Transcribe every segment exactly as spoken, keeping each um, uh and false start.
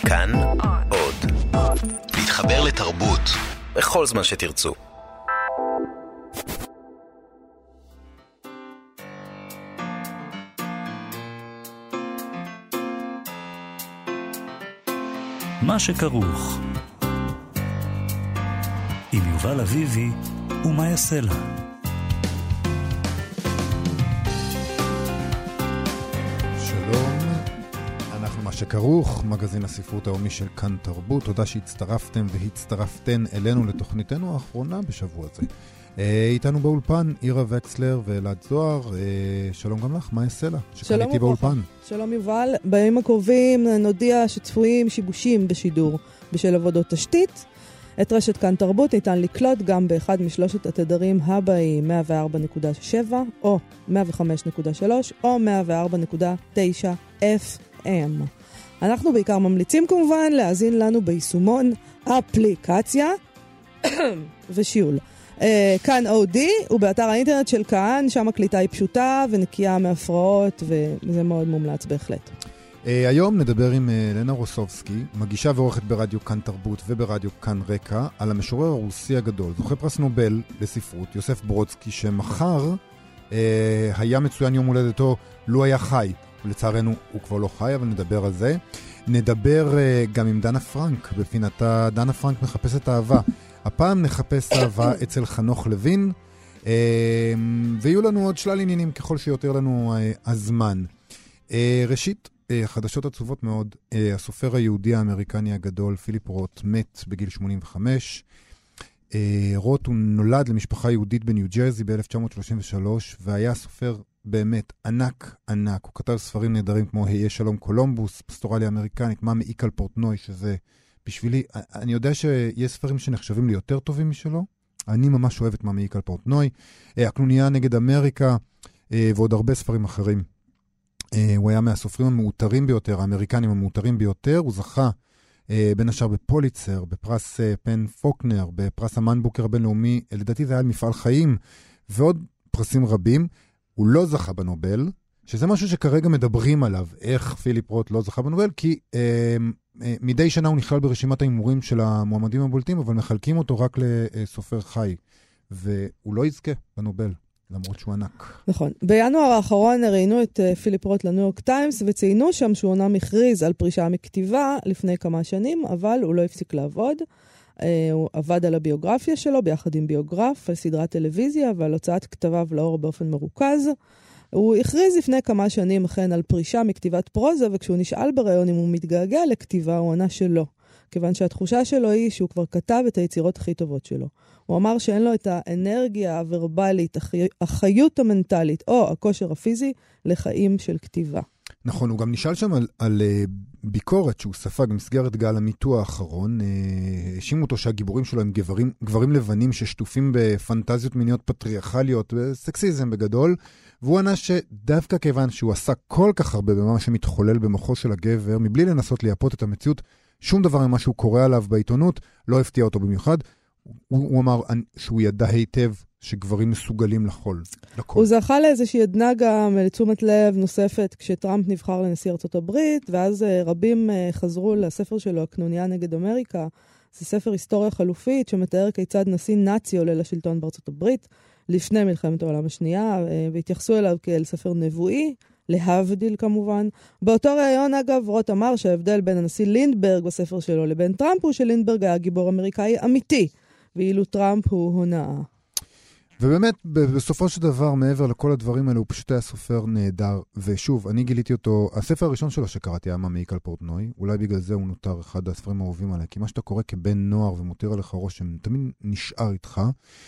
כאן עוד. להתחבר לתרבות בכל זמן שתרצו. מה שכרוך עם יובל אביבי ומה יעשה לה. שלום, אנחנו מה שכרוך, מגזין הספרות היומי של כאן תרבות. תודה שהצטרפתם והצטרפתן אלינו לתוכניתנו האחרונה בשבוע הזה. איתנו באולפן אירה וקסלר ואלעד זוהר. שלום גם לך, מה יעשה לה? שכאן איתי באולפן. שלום יובל, בימים הקרובים נודיע שצפויים שיבושים בשידור בשל עבודות תשתית. את רשת כאן תרבות ניתן לקלוט גם באחד משלושת התדרים הבאים, מאה וארבע נקודה שבע או מאה וחמש נקודה שלוש או מאה וארבע נקודה תשע אף אם. אנחנו בעיקר ממליצים כמובן להאזין לנו ביישומון אפליקציה ושיעול. כאן אודי, ובאתר האינטרנט של כאן, שם הקליטה היא פשוטה ונקייה מהפרעות, וזה מאוד מומלץ בהחלט. היום נדבר עם לנה רוסובסקי, מגישה ועורכת ברדיו כאן תרבות וברדיו כאן רקע, על המשורר הרוסי הגדול, זוכה פרס נובל לספרות, יוסף ברודסקי, שמחר היה מצוין יום הולדתו, לו היה חי. ולצערנו הוא כבר לא חי, אבל נדבר על זה. נדבר גם עם דנה פרנק, בפינתה דנה פרנק מחפשת אהבה. הפעם נחפש אהבה אצל חנוך לוין, ויהיו לנו עוד שלל עניינים ככל שיותר לנו הזמן. ראשית, חדשות עצובות מאוד, הסופר היהודי האמריקני הגדול פיליפ רוט מת בגיל שמונים וחמש. רוט הוא נולד למשפחה יהודית בניו ג'רזי ב-אלף תשע מאות שלושים ושלוש, והיה סופר באמת ענק ענק. הוא כתב ספרים נהדרים כמו היה שלום קולומבוס, פסטורליה אמריקנית, מה מעיק על פורטנוי, שזה בשבילי, אני יודע שיש ספרים שנחשבים לי יותר טובים משלו, אני ממש אוהב את מה מעיק על פורטנוי, הקנוניה נגד אמריקה, ועוד הרבה ספרים אחרים. הוא היה מהסופרים המאותרים ביותר, האמריקנים המאותרים ביותר, הוא זכה בין השאר בפוליצר, בפרס פן פוקנר, בפרס המן בוקר הבינלאומי, לדעתי זה היה על מפעל חיים, ועוד פרסים רבים. הוא לא זכה בנובל, שזה משהו שכרגע מדברים עליו, איך פיליפ רוט לא זכה בנובל, כי אה, אה, מדי שנה הוא נכלל ברשימת האימורים של המועמדים הבולטים, אבל מחלקים אותו רק לסופר חי, והוא לא יזכה בנובל, למרות שהוא ענק. נכון. בינואר האחרון ראינו את uh, פיליפ רוט לניו יורק טיימס, וציינו שם שהוא אומנם הכריז על פרישה מכתיבה לפני כמה שנים, אבל הוא לא הפסיק לעבוד. Uh, הוא עבד על הביוגרפיה שלו ביחד עם ביוגרף, על סדרת טלוויזיה ועל הוצאת כתביו לאור באופן מרוכז. הוא הכריז לפני כמה שנים אכן על פרישה מכתיבת פרוזה, וכשהוא נשאל בראיון אם הוא מתגעגע לכתיבה, הוא ענה שלא. כיוון שהתחושה שלו היא שהוא כבר כתב את היצירות הכי טובות שלו. הוא אמר שאין לו את האנרגיה הוורבלית, החיות המנטלית או הכושר הפיזי לחיים של כתיבה. נכון, הוא גם נשאל שם על, על uh, ביקורת שהוא ספג במסגרת גל המיתו האחרון. האשימו uh, אותו שהגיבורים שלו הם גברים, גברים לבנים ששטופים בפנטזיות מיניות פטריארכליות, בסקסיזם בגדול, והוא ענה שדווקא כיוון שהוא עשה כל כך הרבה במה שמתחולל במוחו של הגבר, מבלי לנסות לייפות את המציאות, שום דבר ממה שהוא קורא עליו בעיתונות לא הפתיע אותו במיוחד. הוא, הוא אמר שהוא ידע היטב שגברים מסוגלים לחול. לכל. הוא זכה לאיזושהי עדנה גם לתשומת לב נוספת כשטראמפ נבחר לנשיא ארצות הברית, ואז רבים חזרו לספר שלו, הקנוניה נגד אמריקה. זה ספר היסטוריה חלופית שמתאר כיצד נשיא נאצי עולה לשלטון בארצות הברית לפני מלחמת העולם השנייה, והתייחסו אליו כאל ספר נבואי, להבדיל כמובן. באותו ראיון אגב רוט אמר שההבדל בין הנשיא לינדברג בספר שלו לבין טראמפ הוא שלינדברג היה גיבור אמריקאי אמיתי, ואילו טראמפ הוא הונאה. ובאמת, בסופו של דבר, מעבר לכל הדברים האלה, הוא פשוט היה סופר נהדר. ושוב, אני גיליתי אותו, הספר הראשון שלו שקראתי היה מה מעיק על פורטנוי, אולי בגלל זה הוא נותר אחד הספרים האהובים עליי, כי מה שאתה קורא כבן נוער ומותיר עליך רושם, תמיד נשאר איתך.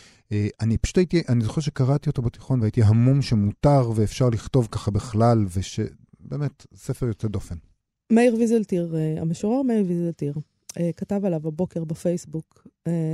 אני פשוט הייתי, אני זוכר שקראתי אותו בתיכון, והייתי המום שמותר ואפשר לכתוב ככה בכלל, ושבאמת, ספר יוצא דופן. מאיר ויזלטיר, המשורר מאיר ויזלטיר, כתב עליו הבוקר בפייסבוק,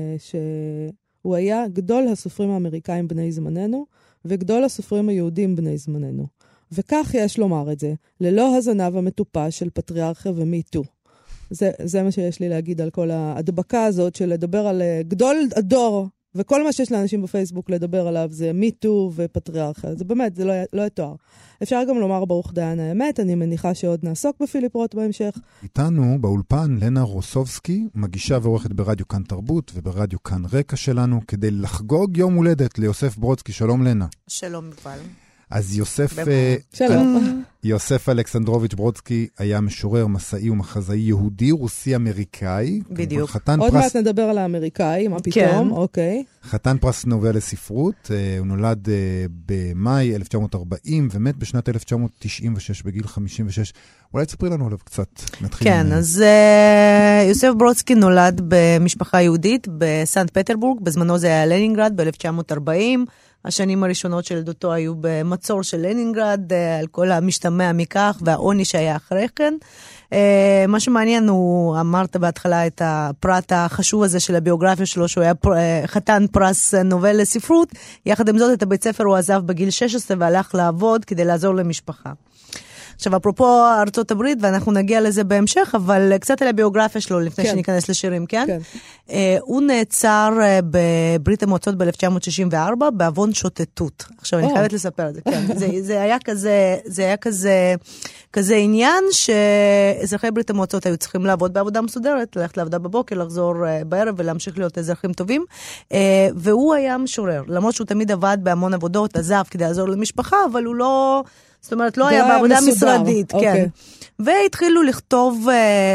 שהוא היה גדול הסופרים האמריקאים בני זמננו, וגדול הסופרים היהודים בני זמננו. וכך יש לומר את זה, ללא הזנב המטופש של פטריארכיה ומיטו. זה, זה מה שיש לי להגיד על כל ההדבקה הזאת, של לדבר על גדול הדור וכל מה שיש לאנשים בפייסבוק לדבר עליו זה מיטו ופטריארכיה. זה באמת, זה לא, לא יתואר. אפשר גם לומר ברוך דיין האמת, אני מניחה שעוד נעסוק בפיליפ רוט בהמשך. איתנו באולפן לנה רוסובסקי, מגישה ועורכת ברדיו כאן תרבות וברדיו כאן רקע שלנו, כדי לחגוג יום הולדת ליוסף ברודסקי. שלום לנה. שלום יובל. אז יוסף, שלום. יוסף אלכסנדרוביץ' ברודסקי היה משורר, מסעי ומחזאי יהודי, רוסי אמריקאי. בדיוק. פרס... עוד מעט נדבר על האמריקאי, מה פתאום, כן. אוקיי. חתן פרס נובל לספרות, הוא נולד במאי אלף תשע מאות ארבעים ומת בשנת אלף תשע מאות תשעים ושש בגיל חמישים ושש. אולי תספרי לנו עליו קצת. כן, עם... אז uh, יוסף ברודסקי נולד במשפחה יהודית בסנט פטרבורג, בזמנו זה היה לנינגרד ב-אלף תשע מאות ארבעים. השנים הראשונות של ילדותו היו במצור של לנינגרד, על כל המשתמע מכך, והעוני שהיה אחרי כן. מה שמעניין, הוא אמרת בהתחלה את הפרט החשוב הזה של הביוגרפיה שלו, שהוא היה חתן פרס נובל לספרות, יחד עם זאת את הבית ספר הוא עזב בגיל שש עשרה והלך לעבוד כדי לעזור למשפחה. עכשיו, אפרופו ארצות הברית, ואנחנו נגיע לזה בהמשך, אבל קצת על הביוגרפיה שלו, לפני כן. שניכנס לשירים, כן? כן. Uh, הוא נעצר uh, בברית המועצות ב-אלף תשע מאות שישים וארבע, בעוון שוטטות. עכשיו, oh. אני חייבת לספר את זה, כן. זה, זה היה כזה, זה היה כזה, כזה עניין שאזרחי ברית המועצות היו צריכים לעבוד בעבודה מסודרת, ללכת לעבודה בבוקר, לחזור uh, בערב ולהמשיך להיות אזרחים טובים, uh, והוא היה משורר. למרות שהוא תמיד עבד בהמון עבודות, עזב כדי לעזור למשפחה, אבל הוא לא... זאת אומרת, לא היה בעבודה משרדית, כן. והתחילו לכתוב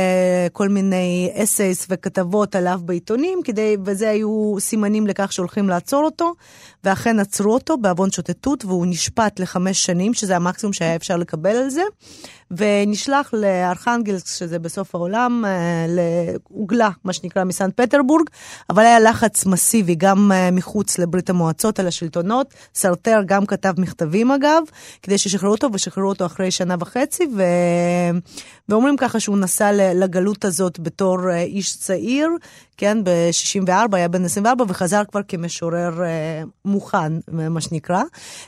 כל מיני אסייס וכתבות עליו בעיתונים, וזה היו סימנים לכך שהולכים לעצור אותו, ואכן עצרו אותו בעוון שוטטות, והוא נשפט לחמש שנים, שזה המקסימום שהיה אפשר לקבל על זה, ונשלח לארכנגלסק, שזה בסוף העולם, להוגלה, מה שנקרא, מסנט פטרבורג, אבל היה לחץ מסיבי, גם מחוץ לברית המועצות על השלטונות, סרטר גם כתב מכתבים אגב, כדי ששחררו אותו, ושחררו אותו אחרי שנה וחצי, ו... ואומרים ככה שהוא נסע לגלות הזאת בתור איש צעיר, כן, ב-שישים וארבע, היה בן עשרים וארבע, וחזר כבר כמשורר אה, מוכן, מה שנקרא.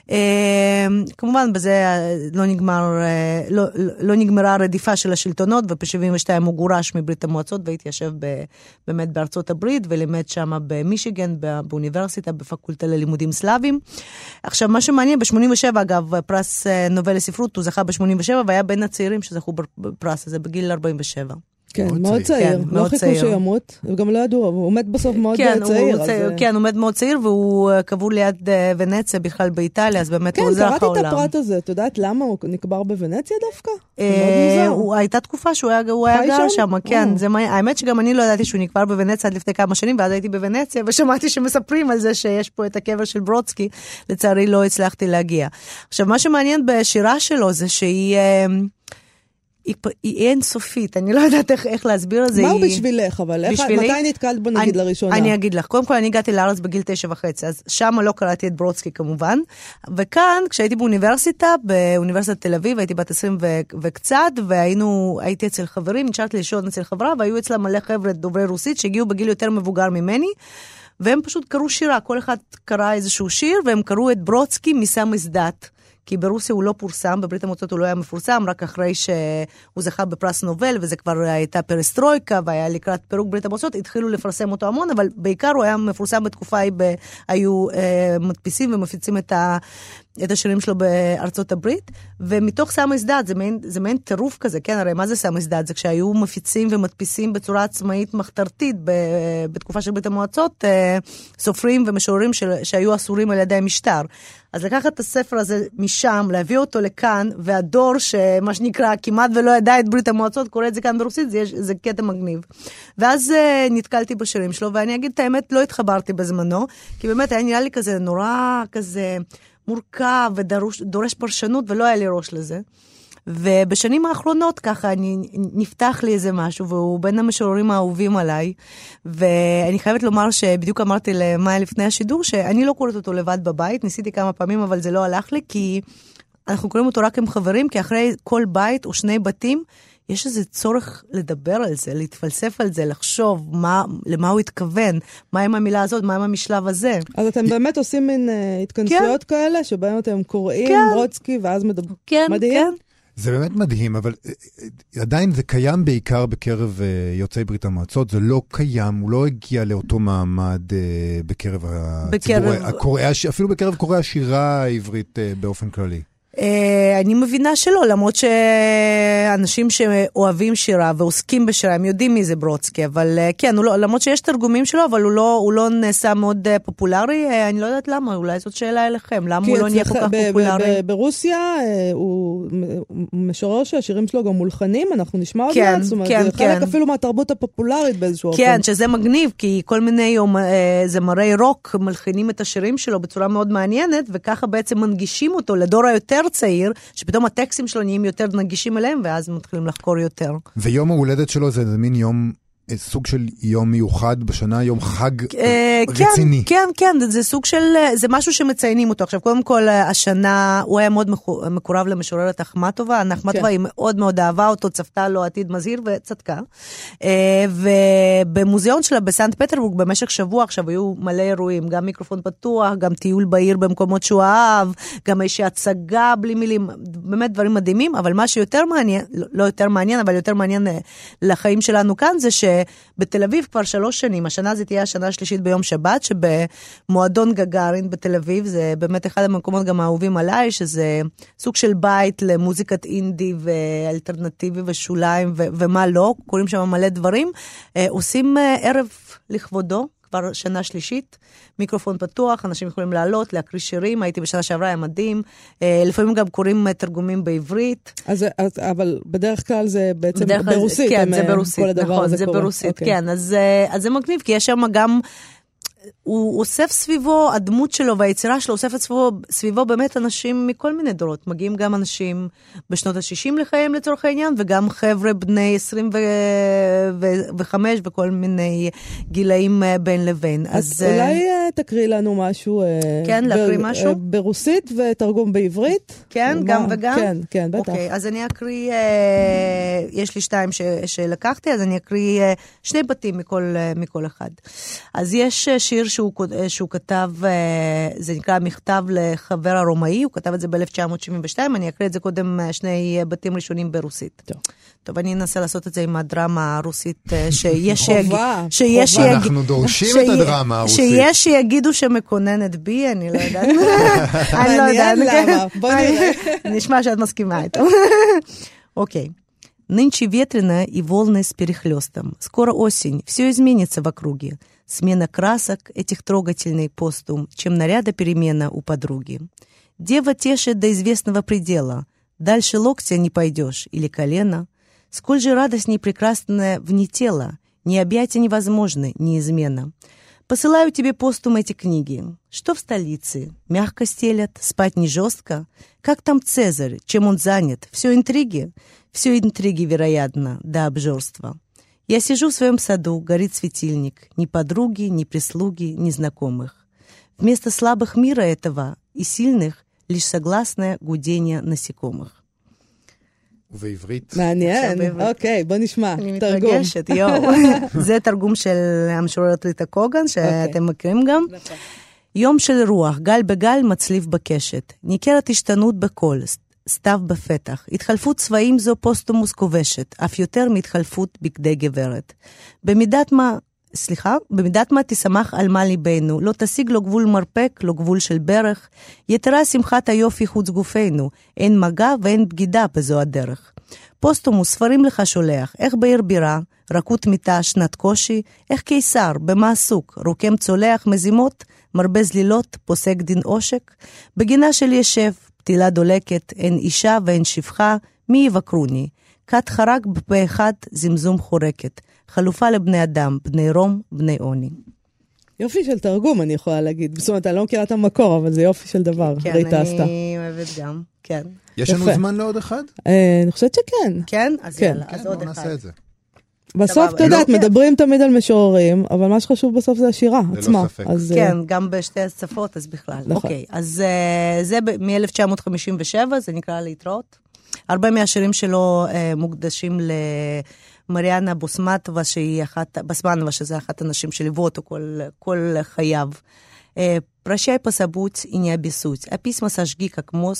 אה, כמובן, בזה לא, נגמר, אה, לא, לא נגמרה הרדיפה של השלטונות, וב-שבעים ושתיים הוא גורש מברית המועצות, והתיישב ב, באמת בארצות הברית, ולימד שם במישיגן, באוניברסיטה, בפקולטה ללימודים סלאבים. עכשיו, מה שמעניין, ב-שמונים ושבע, אגב, פרס נובל לספרות, הוא זכה ב-שמונים ושבע, והיה בין הצעירים שזכו בפרס הזה, בגיל ארבעים ושבע. כן, מאוד צעיר, לא חיכו שימות, וגם לא ידעו, הוא עומד בסוף מאוד צעיר. כן, הוא עומד מאוד צעיר, והוא קבור ליד ונציה, בכלל באיטליה, אז באמת הוא עוזר לך העולם. כן, קראתי את הפרט הזה, את יודעת למה הוא נקבר בוונציה דווקא? הייתה תקופה שהוא היה גר שם, כן, האמת שגם אני לא ידעתי שהוא נקבר בוונציה עד לפני כמה שנים, ואז הייתי בוונציה, ושמעתי שמספרים על זה שיש פה את הקבר של ברודסקי, לצערי לא הצלחתי להגיע. עכשיו, מה שמעניין בשירה שלו זה שהיא... היא, היא אינסופית, אני לא יודעת איך, איך להסביר את זה. מהו בשבילך, אבל? בשבילי? מתי נתקלת בו נגיד אני, לראשונה? אני אגיד לך, קודם כל אני הגעתי לארץ בגיל תשע וחצי, אז שם לא קראתי את ברודסקי כמובן, וכאן כשהייתי באוניברסיטה, באוניברסיטת תל אביב, הייתי בת עשרים ו- וקצת, והיינו, הייתי אצל חברים, נשארתי לישון אצל חברה, והיו אצלה מלא חבר'ה דוברי רוסית, שהגיעו בגיל יותר מבוגר ממני, והם פשוט קראו שירה, כל אחד קרא איזשהו שיר, והם קראו את ברודסקי מסמס דת. כי ברוסיה הוא לא פורסם, בברית המועצות הוא לא היה מפורסם, רק אחרי שהוא זכה בפרס נובל, וזה כבר הייתה פרסטרויקה, והיה לקראת פירוק ברית המועצות, התחילו לפרסם אותו המון, אבל בעיקר הוא היה מפורסם בתקופה, היו אה, מדפיסים ומפיצים את, ה, את השירים שלו בארצות הברית, ומתוך סמס דת, זה מעין, זה מעין טירוף כזה, כן, הרי מה זה סמס דת? זה כשהיו מפיצים ומדפיסים בצורה עצמאית מחתרתית, ב, בתקופה של ברית המועצות, אה, סופרים ומשוררים של, שהיו אסורים על ידי המשטר. אז לקחת את הספר הזה משם, להביא אותו לכאן, והדור שמה שנקרא כמעט ולא ידע את ברית המועצות, קורא את זה כאן ברוסית, זה, זה קטע מגניב. ואז uh, נתקלתי בשירים שלו, ואני אגיד את האמת, לא התחברתי בזמנו, כי באמת היה נראה לי כזה נורא, כזה מורכב ודורש פרשנות, ולא היה לי ראש לזה. ובשנים האחרונות ככה אני, נפתח לי איזה משהו, והוא בין המשוררים האהובים עליי, ואני חייבת לומר שבדיוק אמרתי למאי לפני השידור, שאני לא קוראת אותו לבד בבית, ניסיתי כמה פעמים אבל זה לא הלך לי, כי אנחנו קוראים אותו רק עם חברים, כי אחרי כל בית או שני בתים, יש איזה צורך לדבר על זה, להתפלסף על זה, לחשוב מה, למה הוא התכוון, מה עם המילה הזאת, מה עם המשלב הזה. אז אתם באמת עושים מין uh, התכנסויות כן. כאלה, שבהם אתם קוראים כן. ברודסקי, ואז מדברים. כן, מדהים. כן. זה באמת מדהים, אבל עדיין זה קיים בעיקר בקרב יוצאי ברית המועצות, זה לא קיים, הוא לא הגיע לאותו מעמד בקרב הציבור, אפילו בקרב קוראי השירה העברית באופן כללי. אני מבינה שלא, למרות שאנשים שאוהבים שירה ועוסקים בשירה, הם יודעים מי זה ברודסקי, אבל כן, למרות שיש תרגומים שלו, אבל הוא לא נעשה מאוד פופולרי, אני לא יודעת למה, אולי זאת שאלה אליכם, למה הוא לא נהיה כל כך פופולרי? ברוסיה הוא משורר שהשירים שלו גם מולחנים, אנחנו נשמע עוד מעט, זאת אומרת, זה חלק אפילו מהתרבות הפופולרית באיזשהו אופן. כן, שזה מגניב, כי כל מיני זמרי רוק מלחינים את השירים שלו בצורה מאוד מעניינת, וככה בעצם מנגישים אותו לדור היותר צעיר, שפתאום הטקסטים שלו נהיים יותר נגישים אליהם, ואז מתחילים לחקור יותר. ויום ההולדת שלו זה מין יום, סוג של יום מיוחד בשנה, יום חג רציני. כן, כן, זה סוג של, זה משהו שמציינים אותו. עכשיו, קודם כל, השנה, הוא היה מאוד מקורב למשוררת אחמטובה, אחמטובה היא מאוד מאוד אהבה אותו, צפתה לו עתיד מזהיר וצדקה. ובמוזיאון שלה בסנט פטרבורג, במשך שבוע עכשיו היו מלא אירועים, גם מיקרופון פתוח, גם טיול בעיר במקומות שהוא אהב, גם איזושהי הצגה בלי מילים, באמת דברים מדהימים, אבל מה שיותר מעניין, לא יותר מעניין, אבל יותר מעניין לחיים שלנו כאן, זה ש בתל אביב כבר שלוש שנים, השנה זה תהיה השנה השלישית ביום שבת, שבמועדון גגארין בתל אביב, זה באמת אחד המקומות גם האהובים עליי, שזה סוג של בית למוזיקת אינדי ואלטרנטיבי ושוליים ו- ומה לא, קוראים שם מלא דברים, עושים ערב לכבודו, כבר שנה שלישית, מיקרופון פתוח, אנשים יכולים לעלות, להקריא שירים, הייתי בשנה שעברה, היה מדהים, לפעמים גם קוראים תרגומים בעברית. אז, אז, אבל בדרך כלל זה בעצם ברוסית. כן, זה ברוסית, נכון, זה ברוסית, כן, אז, אז זה מגניב, כי יש שם גם, הוא אוסף סביבו, הדמות שלו והיצירה שלו אוספת סביבו, סביבו באמת אנשים מכל מיני דורות. מגיעים גם אנשים בשנות ה-שישים לחיים לצורך העניין, וגם חבר'ה בני עשרים וחמש וכל מיני גילאים בין לבין. אז, אז אולי תקריא לנו משהו. כן, להקריא משהו? ברוסית ותרגום בעברית? כן, גם וגם? כן, כן, בטח. אוקיי, אז אני אקריא, יש לי שתיים ש, שלקחתי, אז אני אקריא שני בתים מכל, מכל אחד. אז יש שיר שהוא, שהוא כתב, זה נקרא מכתב לחבר הרומאי, הוא כתב את זה ב-אלף תשע מאות שבעים ושתיים, אני אקריא את זה קודם שני בתים ראשונים ברוסית. טוב. טוב, אני אנסה לעשות את זה עם הדרמה הרוסית, שיש חובה, שיש חובה. אנחנו דורשים את הדרמה הרוסית. שיש שיגידו שמקוננת בי, אני לא יודעת. אני לא יודעת. למה, בוא נראה. נשמע שאת מסכימה איתו. אוקיי. Нынче ветрено и волны с перехлёстом. Скоро осень, все изменится в округе. Смена красок, этих трогательный постум, чем наряда перемена у подруги. Дева тешит до известного предела. Дальше локтя не пойдешь или колена. Сколь же радостней прекрасное вне тела. Ни объятия невозможны, ни измена. Посылаю тебе постум эти книги. Что в столице? Мягко стелят, спать не жестко. Как там Цезарь? Чем он занят? Все интриги? Все интриги, вероятно, до обжорства. Я сижу в своем саду, горит светильник. Ни подруги, ни прислуги, ни знакомых. Вместо слабых мира этого и сильных лишь согласное гудение насекомых. ובעברית. מעניין, אוקיי, בוא נשמע, תרגום. אני מתרגשת, יואו. זה תרגום של המשוררת ריטה קוגן, שאתם מכירים גם. יום של רוח, גל בגל מצליף בקשת. ניכרת השתנות בכל, סתיו בפתח. התחלפות צבעים זו פוסטומוס כובשת, אף יותר מהתחלפות בגדי גברת. במידת מה... סליחה, במידת מה תשמח על מה ליבנו, לא תשיג לו גבול מרפק, לא גבול של ברך, יתרה שמחת היופי חוץ גופנו, אין מגע ואין בגידה בזו הדרך. פוסטומוס ספרים לך שולח, איך בעיר בירה, רכות מיטה, שנת קושי, איך קיסר, במה עסוק, רוקם צולח מזימות, מרבה זלילות, פוסק דין עושק, בגינה של ישב, פתילה דולקת, אין אישה ואין שפחה, מי יבקרוני, כת חרק בפה אחד, זמזום חורקת, חלופה לבני אדם, בני רום, בני עוני. יופי של תרגום, אני יכולה להגיד. זאת אומרת, אני לא מכירה את המקור, אבל זה יופי של דבר. כן, ריטה עשתה. אני אוהבת גם, כן. יש לנו זמן לעוד אחד? אני חושבת שכן. כן? אז יאללה, אז עוד אחד. נעשה את זה. בסוף, אתה יודעת, מדברים תמיד על משוררים, אבל מה שחשוב בסוף זה השירה עצמה. ללא ספק. כן, גם בשתי השפות, אז בכלל. אוקיי, אז זה מ-אלף תשע מאות חמישים ושבע, זה נקרא להתראות. הרבה מהשירים שלו מוקדשים ל... מריאנה בוסמטובה, שהיא אחת, בסמנובה, שזה אחת הנשים שליוו אותו כל, כל חייו. Прощай, позабудь и не обессудь, а письма сожги, как мост,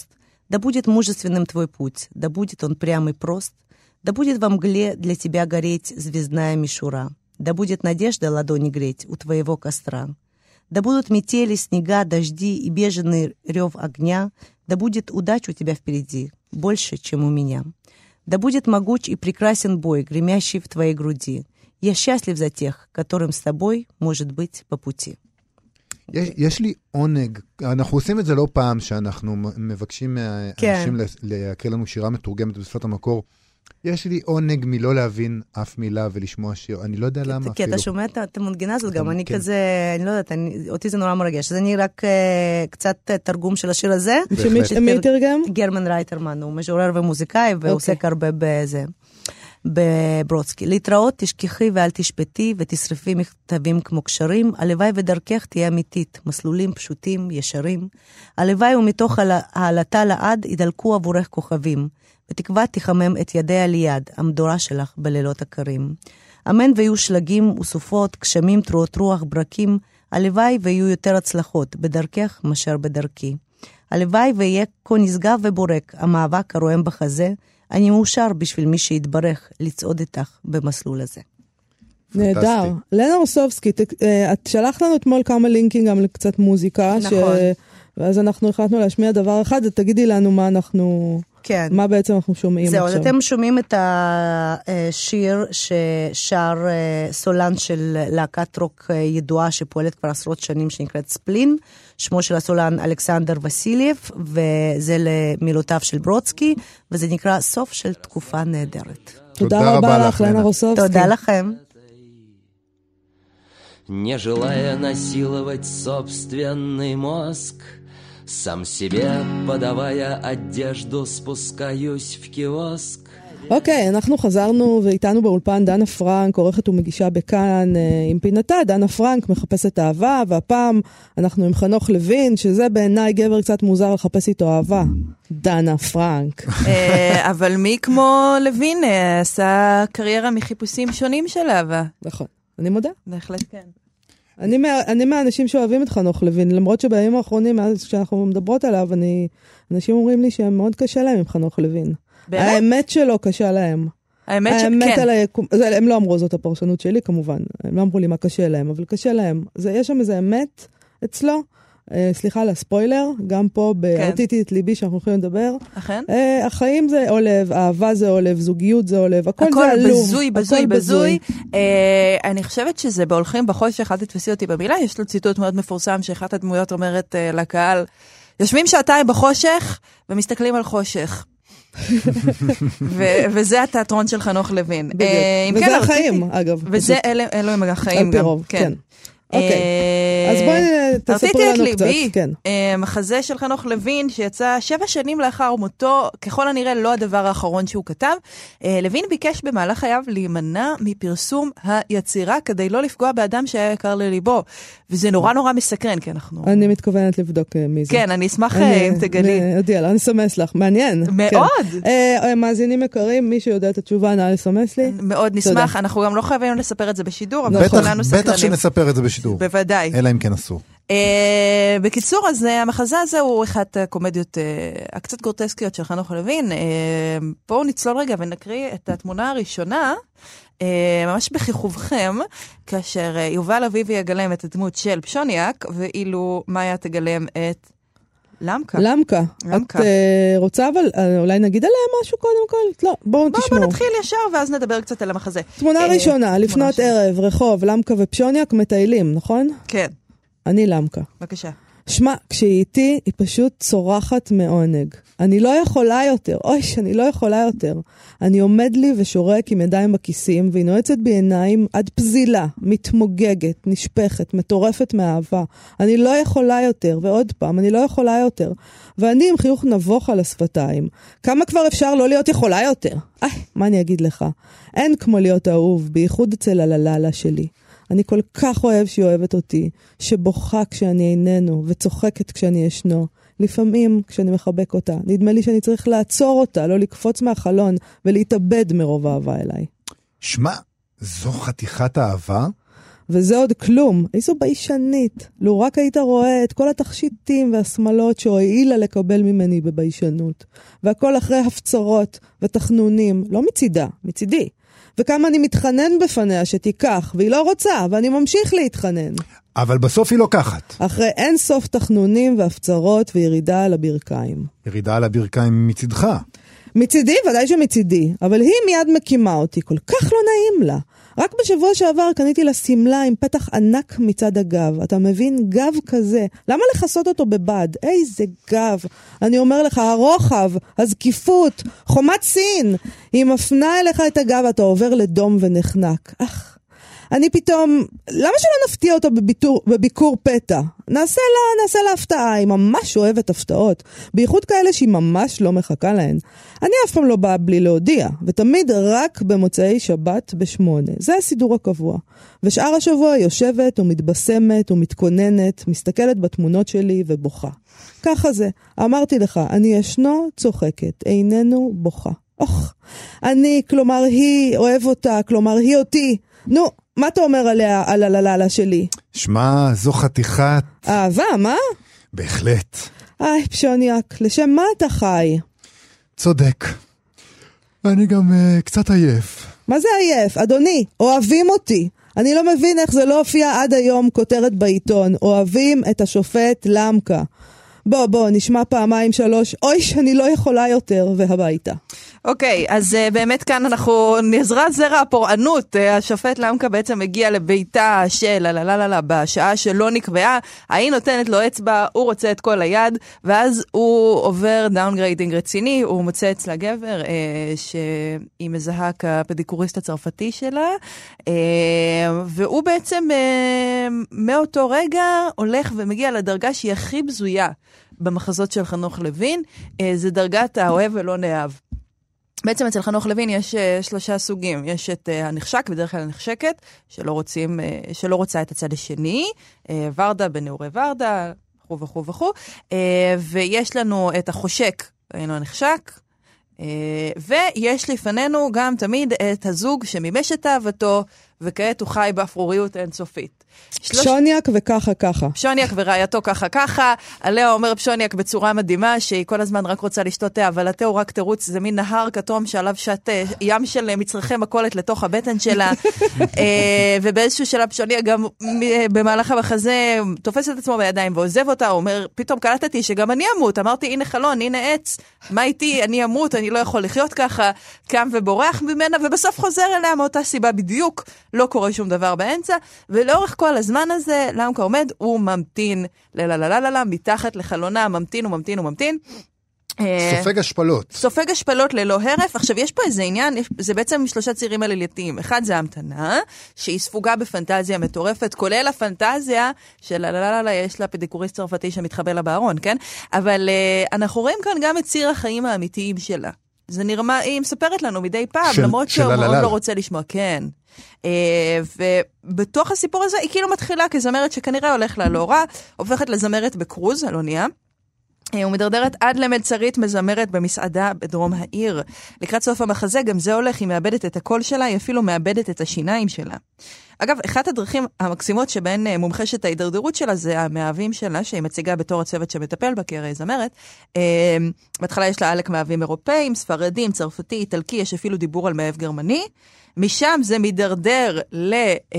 Да будет мужественным твой путь, да будет он прям и прост, да будет во мгле для тебя гореть звездная мишура, да будет надежда ладони греть у твоего костра, да будут метели, снега, дожди и беженый рев огня, да будет удача у тебя впереди, больше, чем у меня. Да будет могуч и прекрасен бой, гремящий в твоей груди. Я счастлив за тех, которым с тобой может быть по пути. יש, יש לי עונג, אנחנו עושים את זה לא פעם שאנחנו מבקשים מהאנשים כן. להקריא לנו שירה מתורגמת בשפת המקור. יש לי עונג מלא להבין אף מילה ולשמוע שיר, אני לא יודע למה אפילו. כי אתה שומע את המנגינה הזאת גם, אני כזה, אני לא יודעת, אותי זה נורא מרגש, אז אני רק קצת תרגום של השיר הזה. מי תרגם? גרמן רייטרמן, הוא משורר ומוזיקאי, ועוסק הרבה בזה. בברודסקי. להתראות, תשכחי ואל תשפטי, ותשרפי מכתבים כמו קשרים, הלוואי ודרכך תהיה אמיתית, מסלולים פשוטים, ישרים. הלוואי ומתוך העלתה לעד ידלקו עבורך כוכבים, ותקווה תחמם את ידיה ליד, המדורה שלך בלילות הקרים. אמן ויהיו שלגים וסופות, גשמים, תרועות רוח, ברקים, הלוואי ויהיו יותר הצלחות, בדרכך מאשר בדרכי. הלוואי ויהיה כה נשגב ובורק, המאבק הרועם בחזה, אני מאושר בשביל מי שיתברך לצעוד איתך במסלול הזה. נהדר. לנה רוסובסקי, את שלחת לנו אתמול כמה לינקים גם לקצת מוזיקה, נכון. ואז אנחנו החלטנו להשמיע דבר אחד, תגידי לנו מה אנחנו, כן. מה בעצם אנחנו שומעים זהו, עכשיו. אז אתם שומעים את השיר ששר סולן של להקת רוק ידועה שפועלת כבר עשרות שנים שנקראת ספלין, שמו של הסולן אלכסנדר וסילייב, וזה למילותיו של ברודסקי, וזה נקרא סוף של תקופה נהדרת. תודה רבה לך, לנה רוסובסקי. תודה לכם. Не желая насиловать собственный мозг, сам себе, подавая одежду, спускаюсь в киоск. אוקיי, אנחנו חזרנו ואיתנו באולפן דנה פרנק, עורכת ומגישה בכאן עם פינתה. דנה פרנק מחפשת אהבה, והפעם אנחנו עם חנוך לוין, שזה בעיניי גבר קצת מוזר לחפש איתו אהבה. דנה פרנק. אבל מי כמו לוין עשה קריירה מחיפושים שונים של אהבה. נכון, אני מודה. בהחלט כן. אני, מה, אני מהאנשים שאוהבים את חנוך לוין, למרות שבימים האחרונים, מאז שאנחנו מדברות עליו, אני, אנשים אומרים לי שהם מאוד קשה להם עם חנוך לוין. באמת? האמת שלו קשה להם. האמת שכן. האמת על היקום, זה, הם לא אמרו זאת הפרשנות שלי כמובן, הם לא אמרו לי מה קשה להם, אבל קשה להם. זה, יש שם איזה אמת אצלו, אה, סליחה על הספוילר, גם פה בהרטיתי את ליבי שאנחנו יכולים לדבר. אכן? אה, החיים זה עולב, אהבה זה עולב, זוגיות זה עולב, הכל, הכל זה עלוב. בזוי, בזוי, הכל בזוי. בזוי. אה, אני חושבת שזה בהולכים בחושך, אל תתפסי אותי במילה, יש לו ציטוט מאוד מפורסם, שאחת הדמויות אומרת אה, לקהל, יושבים שעתיים בחושך ומסתכלים על חושך. וזה התיאטרון של חנוך לוין. וזה החיים, אגב. וזה אלו הם החיים. על פי רוב, כן. אוקיי, אז בואי תספרי לנו קצת. כן. מחזה של חנוך לוין שיצא שבע שנים לאחר מותו, ככל הנראה לא הדבר האחרון שהוא כתב. לוין ביקש במהלך חייו להימנע מפרסום היצירה כדי לא לפגוע באדם שהיה יקר לליבו. וזה נורא נורא מסקרן, כי אנחנו... אני מתכוונת לבדוק מי זה. כן, אני אשמח אם תגלי. יודיע, אני אסמס לך. מעניין. מאוד. מאזינים יקרים, מי שיודע את התשובה, נא לסמס לי. מאוד נשמח. אנחנו גם לא חייבים לספר את זה בשידור, אבל כולנו סקרנים. בטח שנספר את זה בשידור. בוודאי. אלא אם כן אסור. בקיצור, אז המחזה הזה הוא אחת הקומדיות הקצת גורטסקיות של חנוך לוין. בואו נצלול רגע ונקריא את התמונה הראשונה, ממש בחיכובכם, כאשר יובל אביבי יגלם את הדמות של פשוניאק, ואילו מאיה תגלם את למקה. למקה. את רוצה אבל, אולי נגיד עליה משהו קודם כל? לא, בואו תשמעו. בואו נתחיל ישר ואז נדבר קצת על המחזה. תמונה ראשונה, לפנות ערב, רחוב, למקה ופשוניאק מטיילים, נכון? כן. אני למקה. בבקשה. שמע, כשהיא איתי, היא פשוט צורחת מעונג. אני לא יכולה יותר, אוי, שאני לא יכולה יותר. אני עומד לי ושורק עם ידיים בכיסים, והיא נועצת בעיניים עד פזילה, מתמוגגת, נשפכת, מטורפת מאהבה. אני לא יכולה יותר, ועוד פעם, אני לא יכולה יותר. ואני עם חיוך נבוך על השפתיים. כמה כבר אפשר לא להיות יכולה יותר? איי, מה אני אגיד לך? אין כמו להיות אהוב, בייחוד אצל הלללה שלי. אני כל כך אוהב שהיא אוהבת אותי, שבוכה כשאני איננו, וצוחקת כשאני ישנו. לפעמים כשאני מחבק אותה, נדמה לי שאני צריך לעצור אותה, לא לקפוץ מהחלון, ולהתאבד מרוב אהבה אליי. שמע, זו חתיכת אהבה? וזה עוד כלום, איזו ביישנית. לו רק היית רואה את כל התכשיטים והשמלות שהועילה לקבל ממני בביישנות. והכל אחרי הפצרות ותחנונים, לא מצידה, מצידי. וכמה אני מתחנן בפניה שתיקח, והיא לא רוצה, ואני ממשיך להתחנן. אבל בסוף היא לוקחת. אחרי אין סוף תחנונים והפצרות וירידה על הברכיים. ירידה על הברכיים מצדך. מצידי, ודאי שמצידי, אבל היא מיד מקימה אותי, כל כך לא נעים לה. רק בשבוע שעבר קניתי לה סמלה עם פתח ענק מצד הגב. אתה מבין? גב כזה. למה לחסות אותו בבד? איזה גב. אני אומר לך, הרוחב, הזקיפות, חומת סין. היא מפנה אליך את הגב, אתה עובר לדום ונחנק. אך, אני פתאום, למה שלא נפתיע אותו בביטור, בביקור פתע? נעשה לה, נעשה לה הפתעה, היא ממש אוהבת הפתעות. בייחוד כאלה שהיא ממש לא מחכה להן. אני אף פעם לא באה בלי להודיע, ותמיד רק במוצאי שבת בשמונה. זה הסידור הקבוע. ושאר השבוע יושבת ומתבשמת ומתכוננת, מסתכלת בתמונות שלי ובוכה. ככה זה. אמרתי לך, אני ישנו צוחקת, איננו בוכה. אוח, אני, כלומר היא, אוהב אותה, כלומר היא אותי. נו, מה אתה אומר עליה, על הלללה שלי? שמע, זו חתיכת... אהבה, מה? בהחלט. איי, פשוניאק, לשם מה אתה חי? צודק. אני גם uh, קצת עייף. מה זה עייף? אדוני, אוהבים אותי. אני לא מבין איך זה לא הופיע עד היום כותרת בעיתון. אוהבים את השופט למקה. בוא, בוא, נשמע פעמיים שלוש. אוי, שאני לא יכולה יותר, והביתה. אוקיי, okay, אז uh, באמת כאן אנחנו נזרע זרע הפורענות. Uh, השופט למקה בעצם הגיע לביתה של ללללה בשעה שלא נקבעה. היא נותנת לו אצבע, הוא רוצה את כל היד, ואז הוא עובר דאונגריידינג רציני, הוא מוצא אצלה גבר uh, שהיא מזהה כפדיקוריסט הצרפתי שלה, uh, והוא בעצם uh, מאותו רגע הולך ומגיע לדרגה שהיא הכי בזויה במחזות של חנוך לוין, uh, זה דרגת האוהב ולא נאהב. בעצם אצל חנוך לוין יש uh, שלושה סוגים. יש את uh, הנחשק, בדרך כלל הנחשקת, שלא, רוצים, uh, שלא רוצה את הצד השני, uh, ורדה בנעורי ורדה, וכו' וכו' וכו'. Uh, ויש לנו את החושק, היינו הנחשק, uh, ויש לפנינו גם תמיד את הזוג שמימש את אהבתו, וכעת הוא חי באפרוריות אינסופית. שלוש... פשוניאק וככה ככה. פשוניאק ורעייתו ככה ככה. עליה אומר פשוניאק בצורה מדהימה, שהיא כל הזמן רק רוצה לשתות תה, אבל התה הוא רק תירוץ, זה מין נהר כתום שעליו שת ים של מצרכי מכולת לתוך הבטן שלה. ובאיזשהו שלב פשוניאק גם במהלך המחזה תופס את עצמו בידיים ועוזב אותה, הוא אומר, פתאום קלטתי שגם אני אמות. אמרתי, הנה חלון, הנה עץ, מה איתי? אני אמות, אני לא יכול לחיות ככה. קם ובורח ממנה, ובסוף חוזר אליה מאותה סיבה בדיוק. לא קורה שום דבר באמצע, ולאורך כל הזמן הזה, למקה עומד, הוא ממתין, ללללללה, מתחת לחלונה, ממתין וממתין וממתין. סופג השפלות. סופג השפלות ללא הרף. עכשיו, יש פה איזה עניין, זה בעצם שלושה צירים עלילתיים. אחד זה המתנה, שהיא ספוגה בפנטזיה מטורפת, כולל הפנטזיה של לללללה, יש לה פדיקוריסט צרפתי שמתחבא לה בארון, כן? אבל uh, אנחנו רואים כאן גם את ציר החיים האמיתיים שלה. זה נרמה, היא מספרת לנו מדי פעם, של, למרות שהוא מאוד לא רוצה לשמוע, כן. Uh, ובתוך הסיפור הזה, היא כאילו מתחילה כזמרת שכנראה הולך לה לא רע, הופכת לזמרת בקרוז, על אונייה. ומדרדרת עד למלצרית מזמרת במסעדה בדרום העיר. לקראת סוף המחזה, גם זה הולך, היא מאבדת את הקול שלה, היא אפילו מאבדת את השיניים שלה. אגב, אחת הדרכים המקסימות שבהן מומחשת ההידרדרות שלה, זה המאהבים שלה, שהיא מציגה בתור הצוות שמטפל בה, כי הרי זמרת. בהתחלה יש לה עלק מאהבים אירופאים, ספרדים, צרפתי, איטלקי, יש אפילו דיבור על מאהב גרמני. משם זה מדרדר ל...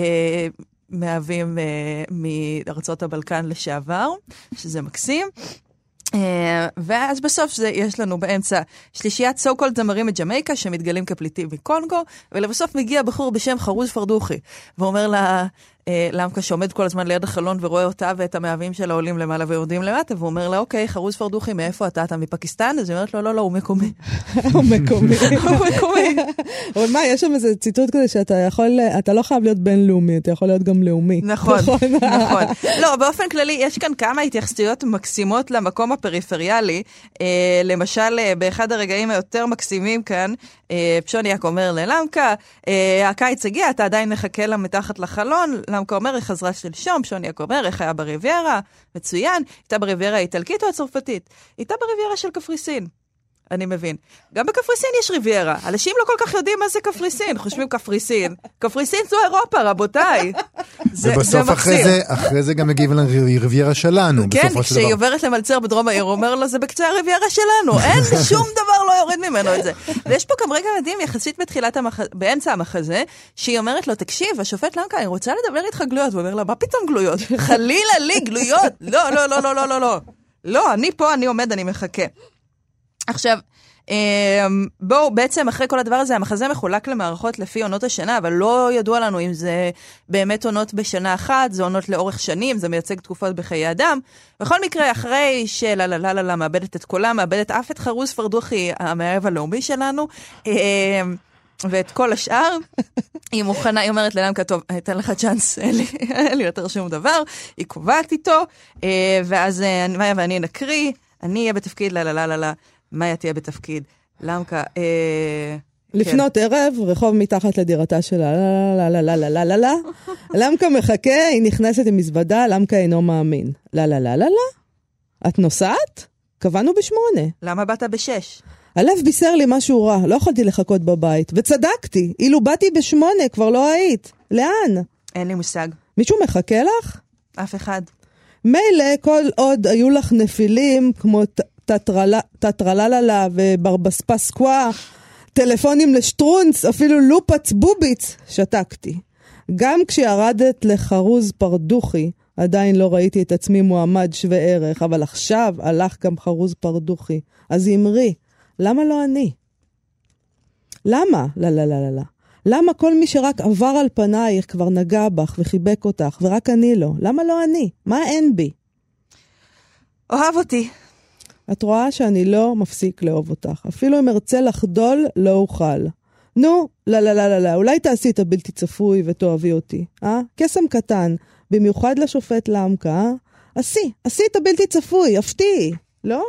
מאהבים מארצות הבלקן לשעבר, שזה מקסים. Uh, ואז בסוף זה, יש לנו באמצע שלישיית סו-קולד זמרים מג'מייקה שמתגלים כפליטים מקונגו, ולבסוף מגיע בחור בשם חרוז פרדוכי, ואומר לה, uh, למקה שעומד כל הזמן ליד החלון ורואה אותה ואת המאהבים שלה עולים למעלה ויורדים למטה, והוא אומר לה, אוקיי, חרוז פרדוכי, מאיפה אתה? אתה מפקיסטן? אז היא אומרת לו, לא, לא, הוא מקומי. הוא מקומי. הוא מקומי. אבל מה, יש שם איזה ציטוט כזה שאתה יכול, אתה לא חייב להיות בינלאומי, אתה יכול להיות גם לאומי. נכון, נכון. לא, באופן כללי, יש כאן כמה התייחסויות מקסימות למקום הפריפריאלי. למשל, באחד הרגעים היותר מקסימים כאן, פשוניאק אומר ללמקה, הקיץ הגיע, אתה עדיין מחכה לה מתחת לחלון. למקה אומר, היא חזרה שלשום. פשוניאק אומר, איך היה בריביירה? מצוין. הייתה בריביירה האיטלקית או הצרפתית? הייתה בריביירה של קפריסין. אני מבין. גם בקפריסין יש ריביירה. אנשים לא כל כך יודעים מה זה קפריסין. חושבים קפריסין. קפריסין זו אירופה, רבותיי. ובסוף אחרי זה, אחרי זה גם מגיעים לריביירה שלנו. כן, כשהיא עוברת למלצר בדרום העיר, הוא אומר לו, זה בקצה הריביירה שלנו, אין שום דבר לא יורד ממנו את זה. ויש פה גם רגע מדהים, יחסית בתחילת המחזה, באמצע המחזה, שהיא אומרת לו, תקשיב, השופט למקה, אני רוצה לדבר איתך גלויות, הוא אומר לה, מה פתאום גלויות? חלילה לי גלויות. לא, לא, לא, לא, לא, לא, לא. לא, אני פה, אני עומד, אני מחכה. עכשיו, בואו, בעצם אחרי כל הדבר הזה, המחזה מחולק למערכות לפי עונות השנה, אבל לא ידוע לנו אם זה באמת עונות בשנה אחת, זה עונות לאורך שנים, זה מייצג תקופות בחיי אדם. בכל מקרה, אחרי שלה לה לה לה לה מאבדת את קולה, מאבדת אף את חרוז פרדוכי, המאהב הלאומי שלנו, ואת כל השאר, היא מוכנה, היא אומרת ללמקה, טוב, אתן לך צ'אנס, אין לי יותר שום דבר, היא קובעת איתו, ואז מאיה ואני נקריא, אני אהיה בתפקיד, לה לה לה לה לה, מאיה תהיה בתפקיד, למקה, לפנות ערב, רחוב מתחת לדירתה שלה, לה לה לה לה לה לה לה, למקה מחכה, היא נכנסת עם מזוודה, למקה אינו מאמין, לה לה לה לה לה, את נוסעת? קבענו בשמונה. למה באת בשש? הלב בישר לי משהו רע, לא יכולתי לחכות בבית, וצדקתי, אילו באתי בשמונה, כבר לא היית. לאן? אין לי מושג. מישהו מחכה לך? אף אחד. מילא, כל עוד היו לך נפילים, כמו טטרללה וברבספסקווה, טלפונים לשטרונץ, אפילו לופץ בוביץ, שתקתי. גם כשירדת לחרוז פרדוכי, עדיין לא ראיתי את עצמי מועמד שווה ערך, אבל עכשיו הלך גם חרוז פרדוכי. אז אמרי, למה לא אני? למה? לא, לא, לא, לא. למה כל מי שרק עבר על פנייך כבר נגע בך וחיבק אותך, ורק אני לא? למה לא אני? מה אין בי? אוהב אותי. את רואה שאני לא מפסיק לאהוב אותך. אפילו אם ארצה לחדול, לא אוכל. נו, לא, לא, לא, לא, לא. אולי תעשי את הבלתי צפוי ותאהבי אותי. אה? קסם קטן. במיוחד לשופט למקה, אה? עשי, עשי את הבלתי צפוי, הפתיעי. לא?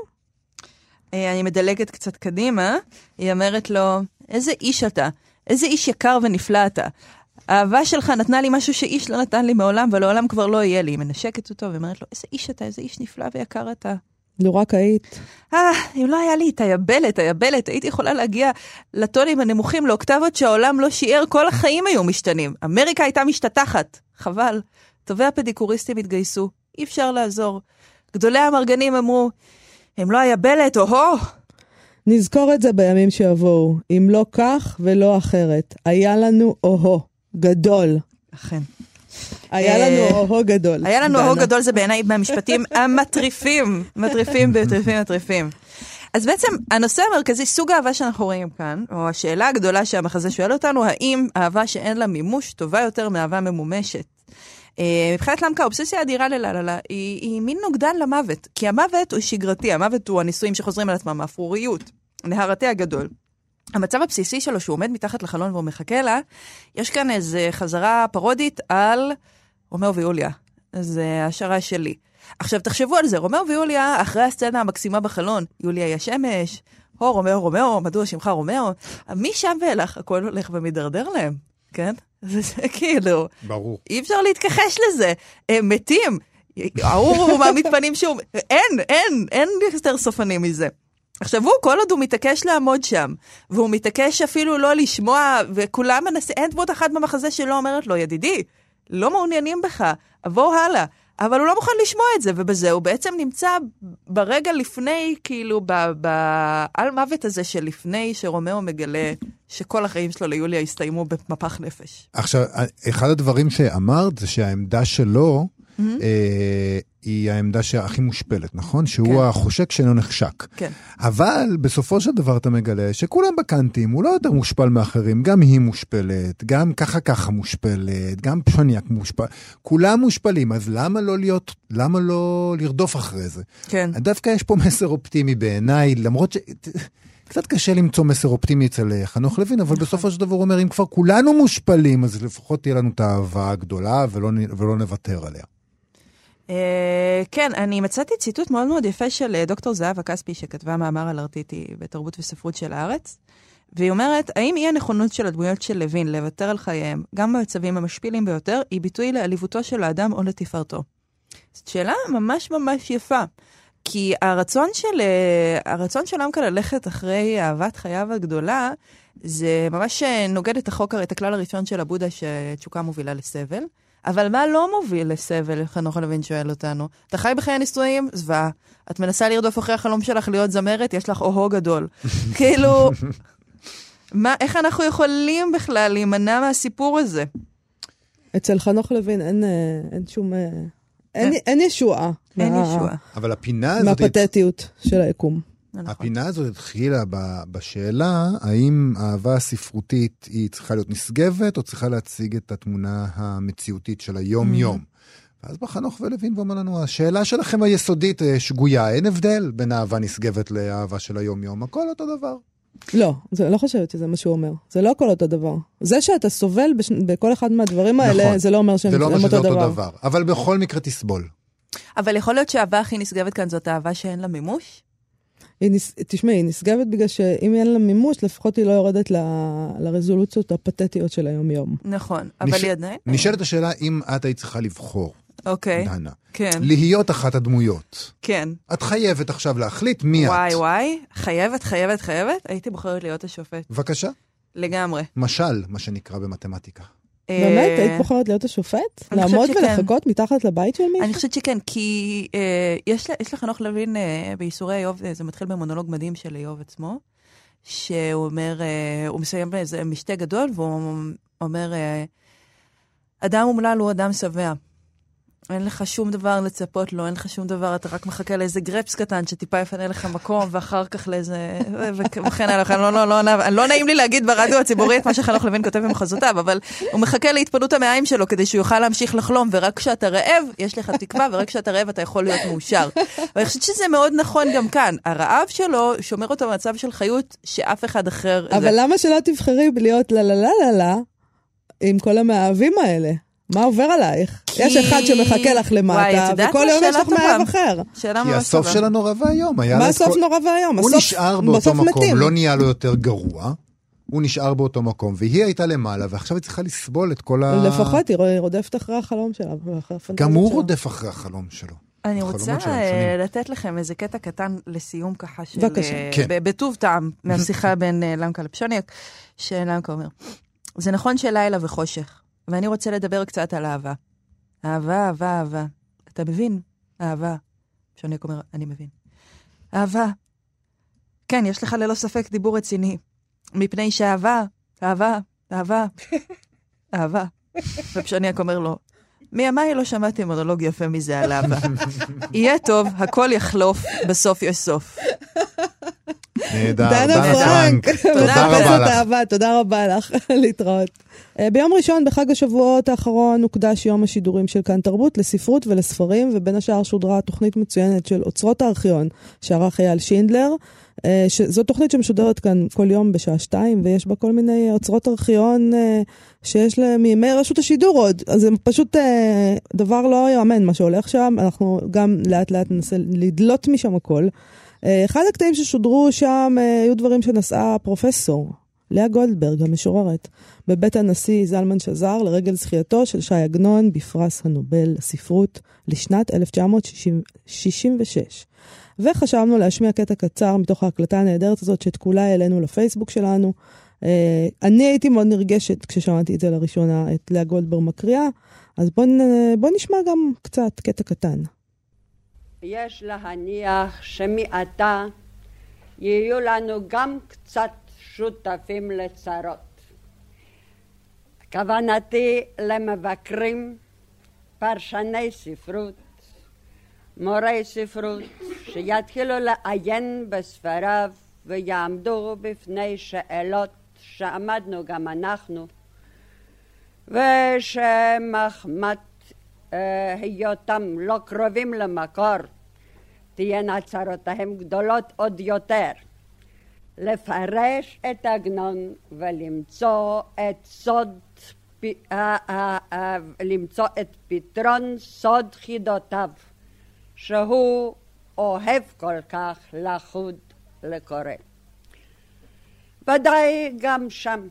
אני מדלגת קצת קדימה, היא אומרת לו, איזה איש אתה, איזה איש יקר ונפלא אתה. האהבה שלך נתנה לי משהו שאיש לא נתן לי מעולם, ולעולם כבר לא יהיה לי. היא מנשקת אותו ואומרת לו, איזה איש אתה, איזה איש נפלא ויקר אתה. לא רק היית. אה, אם לא היה לי את היבלת, היבלת, הייתי יכולה להגיע לטונים הנמוכים, לאוקטבות שהעולם לא שיער, כל החיים היו משתנים. אמריקה הייתה משתתחת, חבל. טובי הפדיקוריסטים התגייסו, אי אפשר לעזור. גדולי המרגנים אמרו, הם לא היבלת, או-הו. נזכור את זה בימים שיבואו. אם לא כך ולא אחרת. היה לנו או-הו. גדול. אכן. היה לנו או-הו גדול. היה לנו או-הו גדול, זה בעיניי מהמשפטים המטריפים. מטריפים, מטריפים, מטריפים. אז בעצם הנושא המרכזי, סוג האהבה שאנחנו רואים כאן, או השאלה הגדולה שהמחזה שואל אותנו, האם אהבה שאין לה מימוש טובה יותר מאהבה ממומשת? מבחינת למקה, האובססיה האדירה לללה, היא, היא מין נוגדן למוות, כי המוות הוא שגרתי, המוות הוא הניסויים שחוזרים על עצמם, האפרוריות, נהרתי הגדול. המצב הבסיסי שלו, שהוא עומד מתחת לחלון והוא מחכה לה, יש כאן איזו חזרה פרודית על רומאו ויוליה. זה השערה שלי. עכשיו, תחשבו על זה, רומאו ויוליה, אחרי הסצנה המקסימה בחלון, יוליה היא השמש, הו, רומאו, רומאו, מדוע שמך רומאו? מי שם ואילך, הכל הולך ומדרדר להם, כן? זה כאילו... ברור. אי אפשר להתכחש לזה. הם מתים. ההוא מהמתפנים שהוא... אין, אין, אין יותר סופנים מזה. עכשיו הוא, כל עוד הוא מתעקש לעמוד שם, והוא מתעקש אפילו לא לשמוע, וכולם מנסים, אין דמות אחת במחזה שלא אומרת לו, ידידי, לא מעוניינים בך, עבור הלאה. אבל הוא לא מוכן לשמוע את זה, ובזה הוא בעצם נמצא ברגע לפני, כאילו, בעל מוות הזה שלפני שרומאו מגלה שכל החיים שלו ליוליה הסתיימו במפח נפש. עכשיו, אחד הדברים שאמרת זה שהעמדה שלו, mm-hmm. אה, היא העמדה שהכי מושפלת, נכון? שהוא כן. החושק שאינו נחשק. כן. אבל בסופו של דבר אתה מגלה שכולם בקנטים, הוא לא יותר מושפל מאחרים, גם היא מושפלת, גם ככה ככה מושפלת, גם פשניאק מושפל, כולם מושפלים, אז למה לא להיות, למה לא לרדוף אחרי זה? כן. דווקא יש פה מסר אופטימי בעיניי, למרות ש... קצת קשה למצוא מסר אופטימי אצל חנוך לוין, אבל בסופו של דבר הוא אומר, אם כבר כולנו מושפלים, אז לפחות תהיה לנו את האהבה הגדולה, ולא, ולא נוותר עליה. כן, אני מצאתי ציטוט מאוד מאוד יפה של דוקטור זהבה כספי, שכתבה מאמר על ארטיטי בתרבות וספרות של הארץ, והיא אומרת, האם אי הנכונות של הדמויות של לוין לוותר על חייהם, גם במצבים המשפילים ביותר, היא ביטוי לעליבותו של האדם או לתפארתו? זאת שאלה ממש ממש יפה, כי הרצון של, הרצון של למקה ללכת אחרי אהבת חייו הגדולה, זה ממש נוגד את החוק, את הכלל הראשון של הבודה שתשוקה מובילה לסבל, אבל מה לא מוביל לסבל? חנוך לוין שואל אותנו. אתה חי בחיי נישואים? זוועה. את מנסה לרדוף אחרי החלום שלך להיות זמרת? יש לך אוהו גדול. כאילו, מה, איך אנחנו יכולים בכלל להימנע מהסיפור הזה? אצל חנוך לוין אין, אין שום... אין, אין ישועה. אין מה, ישועה. אבל הפינה הזאת... מהפתטיות של היקום. הפינה הזאת התחילה בשאלה, האם האהבה הספרותית היא צריכה להיות נשגבת, או צריכה להציג את התמונה המציאותית של היום-יום. ואז בא חנוך ולוין ואומר לנו, השאלה שלכם היסודית שגויה, אין הבדל בין אהבה נשגבת לאהבה של היום-יום, הכל אותו דבר. לא, זה לא חושבת שזה מה שהוא אומר. זה לא הכל אותו דבר. זה שאתה סובל בש... בכל אחד מהדברים האלה, נכון. זה לא אומר שהם זה לא אומר אותו, שזה דבר. אותו דבר. אבל בכל מקרה תסבול. אבל יכול להיות שהאהבה הכי נשגבת כאן זאת אהבה שאין לה מימוש? היא נס... תשמעי, היא נשגבת בגלל שאם אין לה מימוש, לפחות היא לא יורדת ל... לרזולוציות הפתטיות של היום-יום. נכון, אבל נש... היא עדיין... נשאלת השאלה אם את היית צריכה לבחור. אוקיי. דנה. כן. להיות אחת הדמויות. כן. את חייבת עכשיו להחליט מי וואי, את. וואי וואי, חייבת, חייבת, חייבת. הייתי בוחרת להיות השופט. בבקשה. לגמרי. משל, מה שנקרא במתמטיקה. באמת? היית בוחרת להיות השופט? לעמוד ולחכות מתחת לבית של מישהו? אני חושבת שכן, כי אה, יש, יש לחנוך לוין אה, בייסורי איוב, זה מתחיל במונולוג מדהים של איוב עצמו, שהוא אומר, אה, הוא מסיים באיזה משתה גדול, והוא אומר, אה, אדם אומלל הוא אדם שבע. אין לך שום דבר לצפות לו, אין לך שום דבר, אתה רק מחכה לאיזה גרפס קטן שטיפה יפנה לך מקום, ואחר כך לאיזה... וכן הלך, לא, לא, לא, לא נעים לי להגיד ברדיו הציבורי את מה שחנוך לוין כותב במחזותיו, אבל הוא מחכה להתפנות המעיים שלו כדי שהוא יוכל להמשיך לחלום, ורק כשאתה רעב, יש לך תקווה, ורק כשאתה רעב אתה יכול להיות מאושר. ואני חושבת שזה מאוד נכון גם כאן. הרעב שלו שומר אותו במצב של חיות שאף אחד אחר... אבל למה שלא תבחרי להיות לה לה לה לה לה עם כל המאהבים האלה? מה עובר עלייך? כי... יש אחד שמחכה לך למטה, וכל יום יש לך מאהב אחר. כי הסוף שלה נורא והיום. מה הסוף נורא והיום? הוא נשאר באותו מקום, לא נהיה לו יותר גרוע. הוא נשאר באותו מקום, והיא הייתה למעלה, ועכשיו היא צריכה לסבול את כל ה... לפחות היא רודפת אחרי החלום שלה. גם הוא רודף אחרי החלום שלו. אני רוצה לתת לכם איזה קטע קטן לסיום ככה של... בבקשה. בטוב טעם, מהשיחה בין למקה לפשוניאק, שלמקה אומר, זה נכון שלילה וחושך. ואני רוצה לדבר קצת על אהבה. אהבה, אהבה, אהבה. אתה מבין? אהבה. פשוניאק אומר, אני מבין. אהבה. כן, יש לך ללא ספק דיבור רציני. מפני שאהבה, אהבה, אהבה, אהבה. ופשוניאק אומר לו, מימיי לא שמעתי מונולוג יפה מזה על אהבה. יהיה טוב, הכל יחלוף, בסוף יש סוף. נהדר, דנה פרנק. תודה רבה לך. תודה רבה לך, להתראות. ביום ראשון בחג השבועות האחרון הוקדש יום השידורים של כאן תרבות לספרות ולספרים, ובין השאר שודרה תוכנית מצוינת של אוצרות הארכיון שערך אייל שינדלר. זו תוכנית שמשודרת כאן כל יום בשעה שתיים, ויש בה כל מיני אוצרות ארכיון שיש להם מימי רשות השידור עוד. אז זה פשוט דבר לא יאמן מה שהולך שם. אנחנו גם לאט לאט ננסה לדלות משם הכל. אחד הקטעים ששודרו שם היו דברים שנשאה פרופסור לאה גולדברג, המשוררת, בבית הנשיא זלמן שזר לרגל זכייתו של שי עגנון בפרס הנובל לספרות לשנת אלף תשע מאות שישים ושש. וחשבנו להשמיע קטע קצר מתוך ההקלטה הנהדרת הזאת שתקולה אלינו לפייסבוק שלנו. אני הייתי מאוד נרגשת כששמעתי את זה לראשונה, את לאה גולדברג מקריאה, אז בוא, בוא נשמע גם קצת קטע קטן. יש להניח שמעתה יהיו לנו גם קצת שותפים לצרות. כוונתי למבקרים, פרשני ספרות, מורי ספרות, שיתחילו לעיין בספריו ויעמדו בפני שאלות שעמדנו גם אנחנו, ושמחמת היותם לא קרובים למקור, תהיינה צרותיהם גדולות עוד יותר. לפרש את עגנון ולמצוא את סוד, למצוא את פתרון סוד חידותיו, שהוא אוהב כל כך לחוד לקורא. ודאי גם שם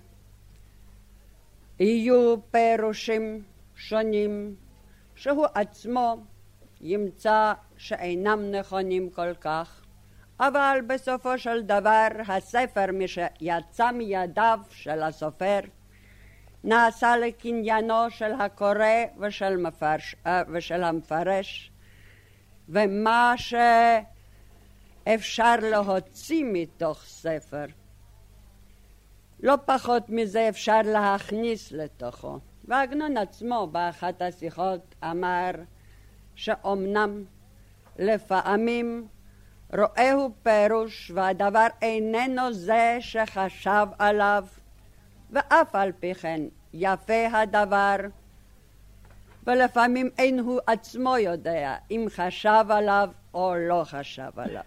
יהיו פירושים שונים שהוא עצמו ימצא שאינם נכונים כל כך, אבל בסופו של דבר הספר שיצא מידיו של הסופר נעשה לקניינו של הקורא ושל, מפרש, ושל המפרש, ומה שאפשר להוציא מתוך ספר, לא פחות מזה אפשר להכניס לתוכו. ועגנון עצמו באחת השיחות אמר שאומנם לפעמים רואהו פירוש והדבר איננו זה שחשב עליו, ואף על פי כן יפה הדבר, ולפעמים אין הוא עצמו יודע אם חשב עליו או לא חשב עליו.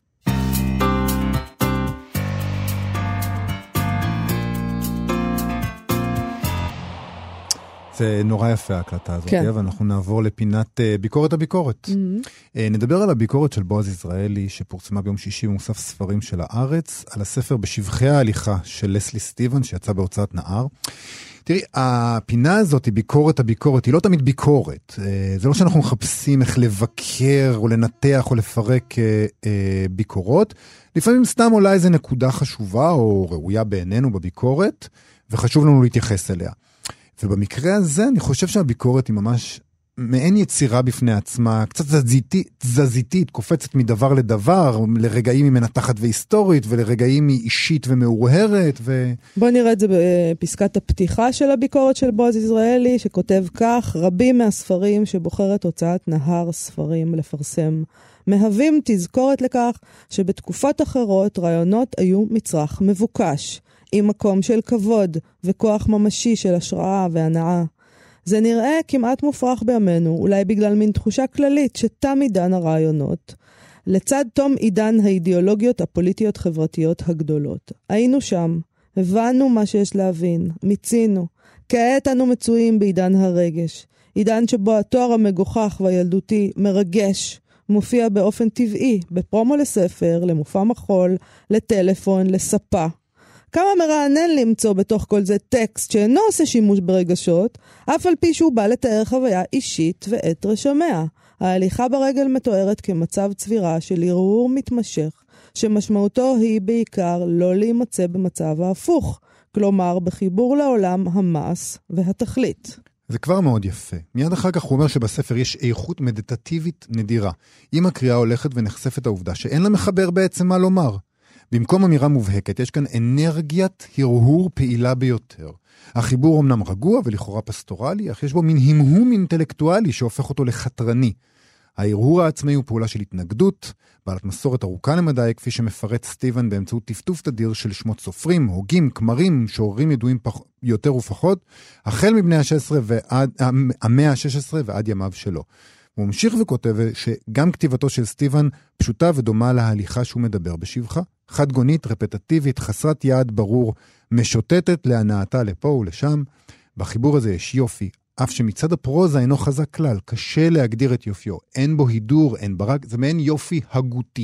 זה נורא יפה ההקלטה הזאת, כן. ואנחנו נעבור לפינת uh, ביקורת הביקורת. Mm-hmm. Uh, נדבר על הביקורת של בועז יזרעאלי, שפורסמה ביום שישי במוסף ספרים של הארץ, על הספר בשבחי ההליכה של לסלי סטיבן, שיצא בהוצאת נהר. תראי, הפינה הזאת היא ביקורת הביקורת, היא לא תמיד ביקורת. Uh, זה לא שאנחנו מחפשים איך לבקר או לנתח או לפרק uh, uh, ביקורות. לפעמים סתם אולי איזו נקודה חשובה או ראויה בעינינו בביקורת, וחשוב לנו להתייחס אליה. ובמקרה הזה אני חושב שהביקורת היא ממש מעין יצירה בפני עצמה, קצת תזזיתית, תזזיתית, קופצת מדבר לדבר, לרגעים היא מנתחת והיסטורית, ולרגעים היא אישית ומאורהרת. ו... בוא נראה את זה בפסקת הפתיחה של הביקורת של בועז יזרעאלי, שכותב כך: רבים מהספרים שבוחרת הוצאת נהר ספרים לפרסם, מהווים תזכורת לכך שבתקופות אחרות רעיונות היו מצרך מבוקש, עם מקום של כבוד וכוח ממשי של השראה והנאה. זה נראה כמעט מופרך בימינו, אולי בגלל מין תחושה כללית שתם עידן הרעיונות, לצד תום עידן האידיאולוגיות הפוליטיות חברתיות הגדולות. היינו שם, הבנו מה שיש להבין, מיצינו. כעת אנו מצויים בעידן הרגש, עידן שבו התואר המגוחך והילדותי מרגש, מופיע באופן טבעי, בפרומו לספר, למופע מחול, לטלפון, לספה. כמה מרענן למצוא בתוך כל זה טקסט שאינו עושה שימוש ברגשות, אף על פי שהוא בא לתאר חוויה אישית ואת רשמיה. ההליכה ברגל מתוארת כמצב צבירה של ערעור מתמשך, שמשמעותו היא בעיקר לא להימצא במצב ההפוך, כלומר בחיבור לעולם המעש והתכלית. זה כבר מאוד יפה. מיד אחר כך הוא אומר שבספר יש איכות מדיטטיבית נדירה. עם הקריאה הולכת ונחשפת העובדה שאין לה מחבר בעצם מה לומר. במקום אמירה מובהקת, יש כאן אנרגיית הרהור פעילה ביותר. החיבור אמנם רגוע ולכאורה פסטורלי, אך יש בו מין המהום אינטלקטואלי שהופך אותו לחתרני. ההרהור העצמי הוא פעולה של התנגדות, בעלת מסורת ארוכה למדי, כפי שמפרט סטיבן באמצעות טפטוף תדיר של שמות סופרים, הוגים, כמרים, משוררים ידועים פח... יותר ופחות, החל מבני ה-שש עשרה ועד, המאה ה-שש עשרה ועד ימיו שלו. הוא ממשיך וכותב שגם כתיבתו של סטיבן פשוטה ודומה להליכה שהוא מדבר בשבחה. חד גונית, רפטטיבית, חסרת יעד ברור, משוטטת להנאתה לפה ולשם. בחיבור הזה יש יופי, אף שמצד הפרוזה אינו חזק כלל, קשה להגדיר את יופיו. אין בו הידור, אין ברק, זה מעין יופי הגותי.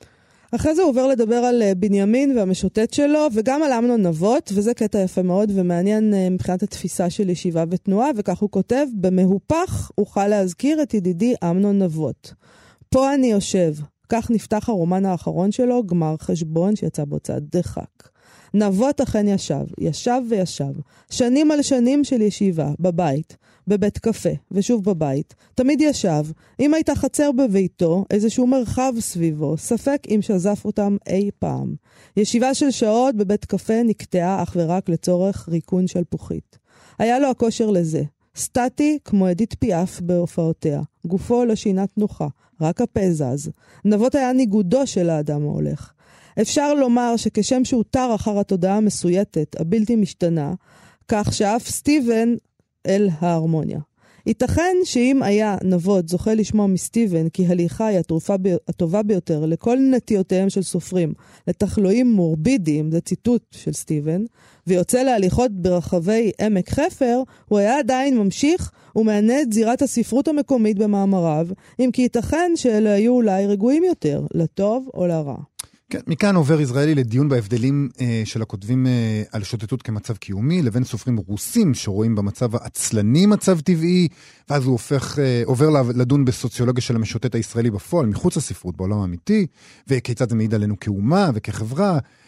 אחרי זה הוא עובר לדבר על בנימין והמשוטט שלו, וגם על אמנון נבות, וזה קטע יפה מאוד ומעניין מבחינת התפיסה של ישיבה ותנועה, וכך הוא כותב: במהופך אוכל להזכיר את ידידי אמנון נבות. פה אני יושב. כך נפתח הרומן האחרון שלו, גמר חשבון, שיצא בהוצאת דחק. נבות אכן ישב, ישב וישב, שנים על שנים של ישיבה, בבית, בבית קפה, ושוב בבית. תמיד ישב, אם הייתה חצר בביתו, איזשהו מרחב סביבו, ספק אם שזף אותם אי פעם. ישיבה של שעות בבית קפה נקטעה אך ורק לצורך ריקון של פוחית. היה לו הכושר לזה. סטטי כמו אדית פיאף בהופעותיה. גופו לא שינה תנוחה, רק הפה זז. נבות היה ניגודו של האדם ההולך. אפשר לומר שכשם שהותר אחר התודעה המסויטת, הבלתי משתנה, כך שאף סטיבן אל ההרמוניה. ייתכן שאם היה נבות זוכה לשמוע מסטיבן כי הליכה היא התרופה ב... הטובה ביותר לכל נטיותיהם של סופרים, לתחלואים מורבידיים, זה ציטוט של סטיבן, ויוצא להליכות ברחבי עמק חפר, הוא היה עדיין ממשיך ומענה את זירת הספרות המקומית במאמריו, אם כי ייתכן שאלה היו אולי רגועים יותר, לטוב או לרע. כן, מכאן עובר יזרעאלי לדיון בהבדלים אה, של הכותבים אה, על שוטטות כמצב קיומי, לבין סופרים רוסים שרואים במצב העצלני מצב טבעי, ואז הוא הופך, אה, עובר לדון בסוציולוגיה של המשוטט הישראלי בפועל, מחוץ לספרות בעולם האמיתי, וכיצד זה מעיד עלינו כאומה וכחברה.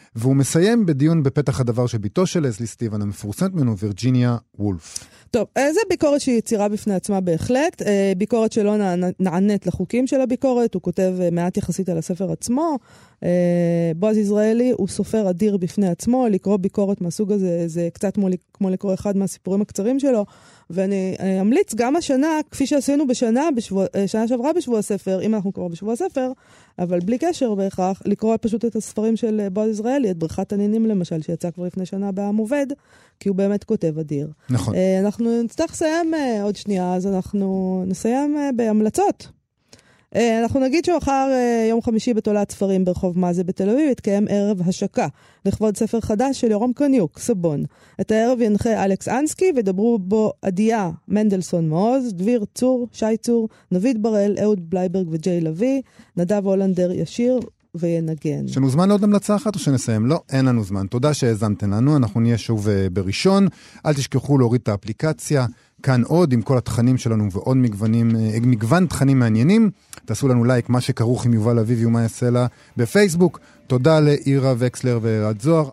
והוא מסיים בדיון בפתח הדבר של ביתו של לסלי סטיבן, המפורסמת ממנו, וירג'יניה וולף. טוב, זו ביקורת שהיא יצירה בפני עצמה בהחלט, ביקורת שלא נענית לחוקים של הביקורת, הוא כותב מעט יחסית על הספר עצמו, בועז יזרעאלי הוא סופר אדיר בפני עצמו, לקרוא ביקורת מהסוג הזה, זה קצת כמו לקרוא אחד מהסיפורים הקצרים שלו, ואני אמליץ גם השנה, כפי שעשינו בשנה, בשבוע, שנה שעברה בשבוע הספר, אם אנחנו כבר בשבוע הספר, אבל בלי קשר בהכרח, לקרוא פשוט את הספרים של בועז יזרעאלי, את בריכת הנינים למשל, שיצא כבר לפני שנה בעם עובד, כי הוא באמת כותב אדיר. נכון. אנחנו נצטרך לסיים עוד שנייה, אז אנחנו נסיים בהמלצות. אנחנו נגיד שמחר יום חמישי בתולת ספרים ברחוב מאזה בתל אביב יתקיים ערב השקה לכבוד ספר חדש של יורם קניוק, סבון. את הערב ינחה אלכס אנסקי ודברו בו עדיה מנדלסון מעוז, דביר צור, שי צור, נביד בראל, אהוד בלייברג וג'יי לוי, נדב הולנדר ישיר וינגן. יש לנו זמן לעוד המלצה אחת או שנסיים? לא, אין לנו זמן. תודה שהזמתם לנו, אנחנו נהיה שוב בראשון. אל תשכחו להוריד את האפליקציה. כאן עוד עם כל התכנים שלנו ועוד מגוונים, מגוון תכנים מעניינים. תעשו לנו לייק, מה שכרוך עם יובל אביבי ומה יעשה לה בפייסבוק. תודה לאירה וקסלר וערד זוהר.